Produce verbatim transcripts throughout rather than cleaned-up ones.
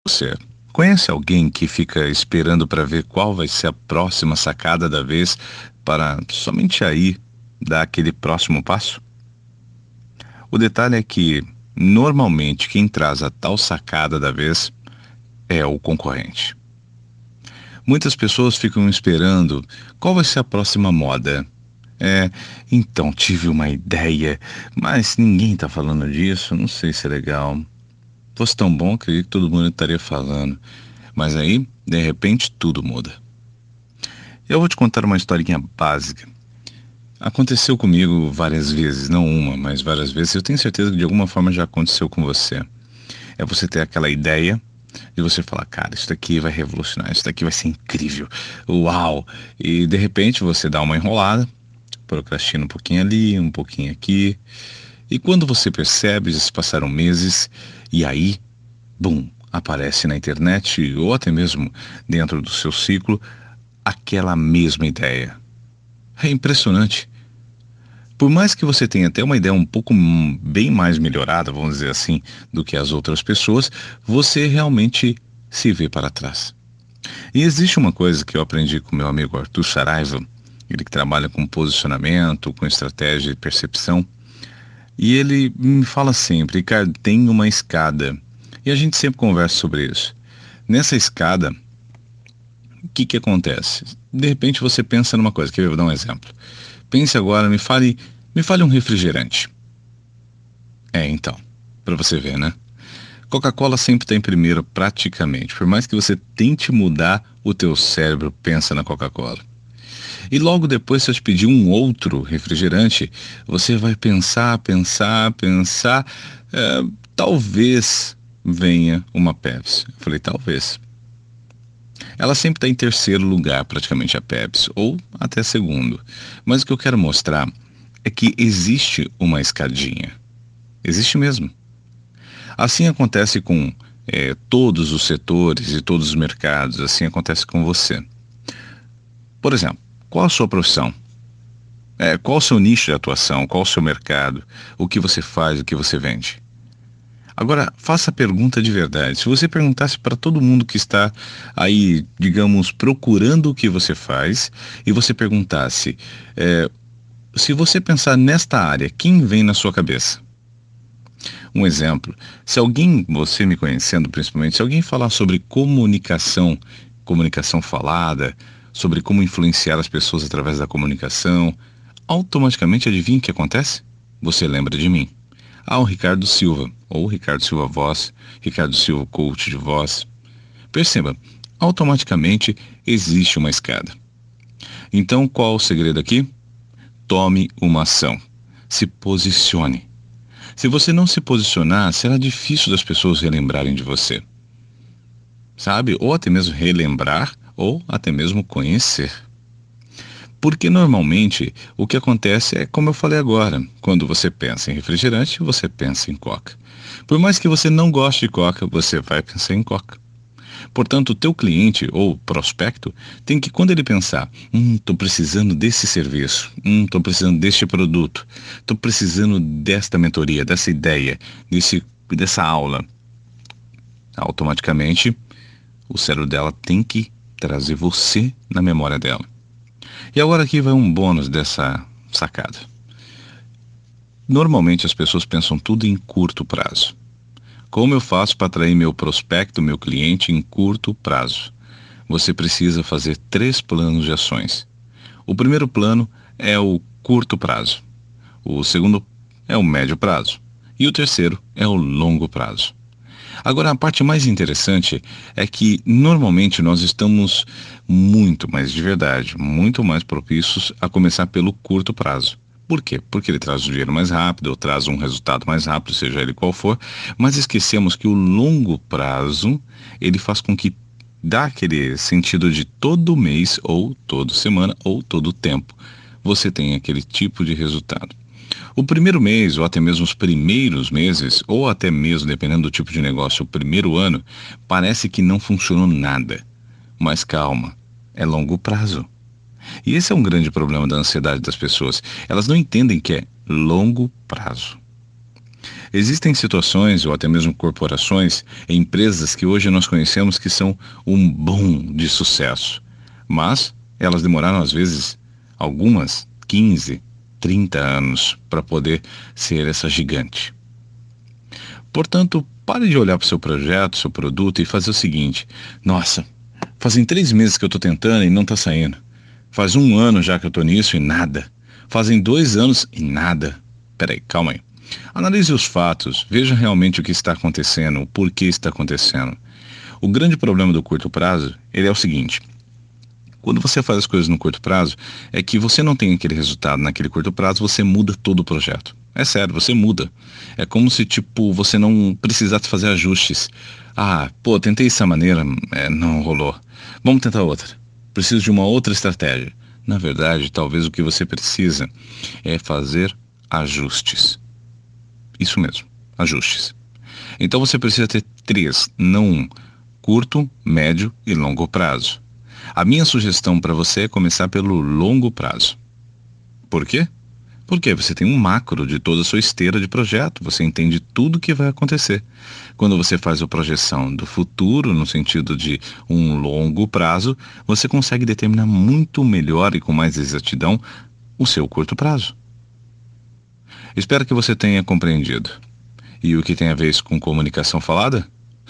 Você conhece alguém que fica esperando para ver qual vai ser a próxima sacada da vez para somente aí dar aquele próximo passo? O detalhe é que, normalmente, quem traz a tal sacada da vez é o concorrente. Muitas pessoas ficam esperando qual vai ser a próxima moda. É, então, tive uma ideia, mas ninguém tá falando disso, não sei se é legal. Fosse tão bom, acredito que todo mundo estaria falando. Mas aí, de repente, tudo muda. Eu vou te contar uma historinha básica. Aconteceu comigo várias vezes, não uma, mas várias vezes. Eu tenho certeza que de alguma forma já aconteceu com você. É você ter aquela ideia de você falar, cara, isso daqui vai revolucionar, isso daqui vai ser incrível. Uau! E de repente você dá uma enrolada, procrastina um pouquinho ali, um pouquinho aqui. E quando você percebe, já se passaram meses, e aí, bum, aparece na internet ou até mesmo dentro do seu ciclo aquela mesma ideia. É impressionante. Por mais que você tenha até uma ideia um pouco hum, bem mais melhorada, vamos dizer assim, do que as outras pessoas, você realmente se vê para trás. E existe uma coisa que eu aprendi com meu amigo Arthur Saraiva, ele que trabalha com posicionamento, com estratégia e percepção, e ele me fala sempre, Ricardo, tem uma escada. E a gente sempre conversa sobre isso. Nessa escada, o que que acontece? De repente você pensa numa coisa, quer ver? Eu vou dar um exemplo. Pense agora, me fale, me fale um refrigerante. É, então, para você ver, né? Coca-Cola sempre está em primeiro, praticamente. Por mais que você tente mudar, o teu cérebro pensa na Coca-Cola. E logo depois, se eu te pedir um outro refrigerante, você vai pensar, pensar, pensar. É, talvez venha uma Pepsi. Eu falei, talvez. Ela sempre está em terceiro lugar, praticamente, a Pepsi, ou até segundo. Mas o que eu quero mostrar é que existe uma escadinha. Existe mesmo. Assim acontece com é, todos os setores e todos os mercados, assim acontece com você. Por exemplo, qual a sua profissão? É, qual o seu nicho de atuação? Qual o seu mercado? O que você faz, o que você vende? Agora, faça a pergunta de verdade. Se você perguntasse para todo mundo que está aí, digamos, procurando o que você faz, e você perguntasse, é, se você pensar nesta área, quem vem na sua cabeça? Um exemplo, se alguém, você me conhecendo principalmente, se alguém falar sobre comunicação, comunicação falada, sobre como influenciar as pessoas através da comunicação, automaticamente adivinha o que acontece? Você lembra de mim. Ah, o Ricardo Silva, ou Ricardo Silva Voz, Ricardo Silva Coach de Voz. Perceba, automaticamente existe uma escada. Então, qual o segredo aqui? Tome uma ação. Se posicione. Se você não se posicionar, será difícil das pessoas relembrarem de você. Sabe? Ou até mesmo relembrar, ou até mesmo conhecer. Porque normalmente o que acontece é como eu falei agora, quando você pensa em refrigerante, você pensa em coca. Por mais que você não goste de coca, você vai pensar em coca. Portanto, o teu cliente ou prospecto tem que, quando ele pensar, hum, estou precisando desse serviço, hum, estou precisando deste produto, estou precisando desta mentoria, dessa ideia, desse, dessa aula, automaticamente o cérebro dela tem que trazer você na memória dela. E agora aqui vai um bônus dessa sacada. Normalmente as pessoas pensam tudo em curto prazo. Como eu faço para atrair meu prospecto, meu cliente em curto prazo? Você precisa fazer três planos de ações. O primeiro plano é o curto prazo. O segundo é o médio prazo. E o terceiro é o longo prazo. Agora, a parte mais interessante é que normalmente nós estamos muito mais de verdade, muito mais propícios a começar pelo curto prazo. Por quê? Porque ele traz o dinheiro mais rápido, ou traz um resultado mais rápido, seja ele qual for, mas esquecemos que o longo prazo, ele faz com que dá aquele sentido de todo mês, ou toda semana, ou todo tempo, você tem aquele tipo de resultado. O primeiro mês, ou até mesmo os primeiros meses, ou até mesmo, dependendo do tipo de negócio, o primeiro ano, parece que não funcionou nada. Mas calma, é longo prazo. E esse é um grande problema da ansiedade das pessoas. Elas não entendem que é longo prazo. Existem situações ou até mesmo corporações, empresas que hoje nós conhecemos que são um boom de sucesso, mas elas demoraram às vezes algumas quinze, trinta anos para poder ser essa gigante. Portanto, pare de olhar para o seu projeto, seu produto e fazer o seguinte: nossa, fazem três meses que eu estou tentando e não está saindo. Faz um ano já que eu estou nisso e nada. Fazem dois anos e nada. Peraí, calma aí. Analise os fatos, veja realmente o que está acontecendo, o porquê está acontecendo. O grande problema do curto prazo, ele é o seguinte: quando você faz as coisas no curto prazo, é que você não tem aquele resultado naquele curto prazo, você muda todo o projeto. É sério, você muda. É como se, tipo, você não precisasse fazer ajustes. Ah, pô, tentei dessa maneira, é, não rolou. Vamos tentar outra. Preciso de uma outra estratégia. Na verdade, talvez o que você precisa é fazer ajustes. Isso mesmo, ajustes. Então você precisa ter três, não um: curto, médio e longo prazo. A minha sugestão para você é começar pelo longo prazo. Por quê? Porque você tem um macro de toda a sua esteira de projeto, você entende tudo o que vai acontecer. Quando você faz a projeção do futuro, no sentido de um longo prazo, você consegue determinar muito melhor e com mais exatidão o seu curto prazo. Espero que você tenha compreendido. E o que tem a ver isso com comunicação falada?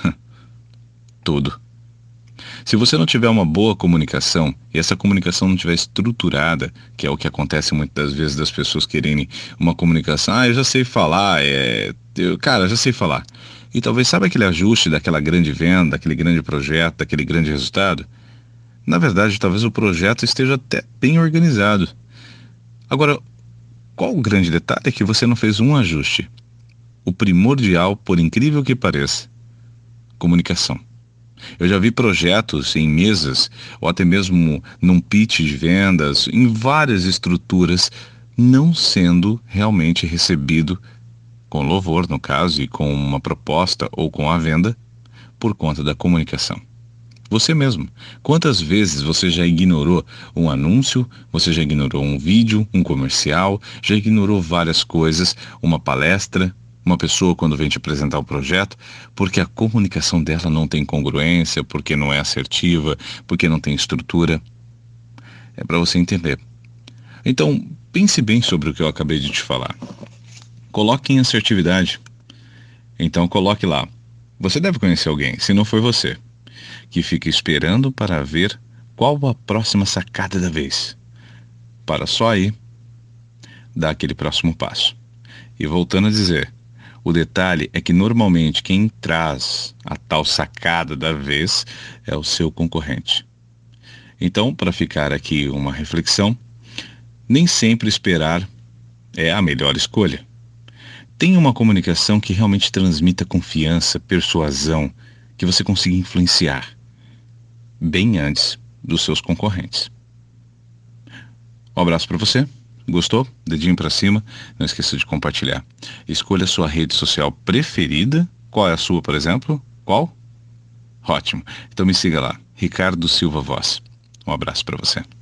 Tudo. Se você não tiver uma boa comunicação, e essa comunicação não estiver estruturada, que é o que acontece muitas das vezes das pessoas quererem uma comunicação: ah, eu já sei falar, é... eu, cara, já sei falar. E talvez, sabe aquele ajuste daquela grande venda, daquele grande projeto, daquele grande resultado? Na verdade, talvez o projeto esteja até bem organizado. Agora, qual o grande detalhe? É que você não fez um ajuste. O primordial, por incrível que pareça: comunicação. Eu já vi projetos em mesas, ou até mesmo num pitch de vendas, em várias estruturas, não sendo realmente recebido com louvor, no caso, e com uma proposta ou com a venda, por conta da comunicação. Você mesmo. Quantas vezes você já ignorou um anúncio, você já ignorou um vídeo, um comercial, já ignorou várias coisas, uma palestra, uma pessoa quando vem te apresentar o projeto, porque a comunicação dela não tem congruência, porque não é assertiva, porque não tem estrutura. É para você entender. Então, pense bem sobre o que eu acabei de te falar. Coloque em assertividade. Então, coloque lá: você deve conhecer alguém, se não foi você, que fica esperando para ver qual a próxima sacada da vez, para só aí dar aquele próximo passo. E voltando a dizer, o detalhe é que normalmente quem traz a tal sacada da vez é o seu concorrente. Então, para ficar aqui uma reflexão, nem sempre esperar é a melhor escolha. Tenha uma comunicação que realmente transmita confiança, persuasão, que você consiga influenciar bem antes dos seus concorrentes. Um abraço para você. Gostou? Dedinho para cima. Não esqueça de compartilhar. Escolha a sua rede social preferida. Qual é a sua, por exemplo? Qual? Ótimo. Então me siga lá. Ricardo Silva Voz. Um abraço para você.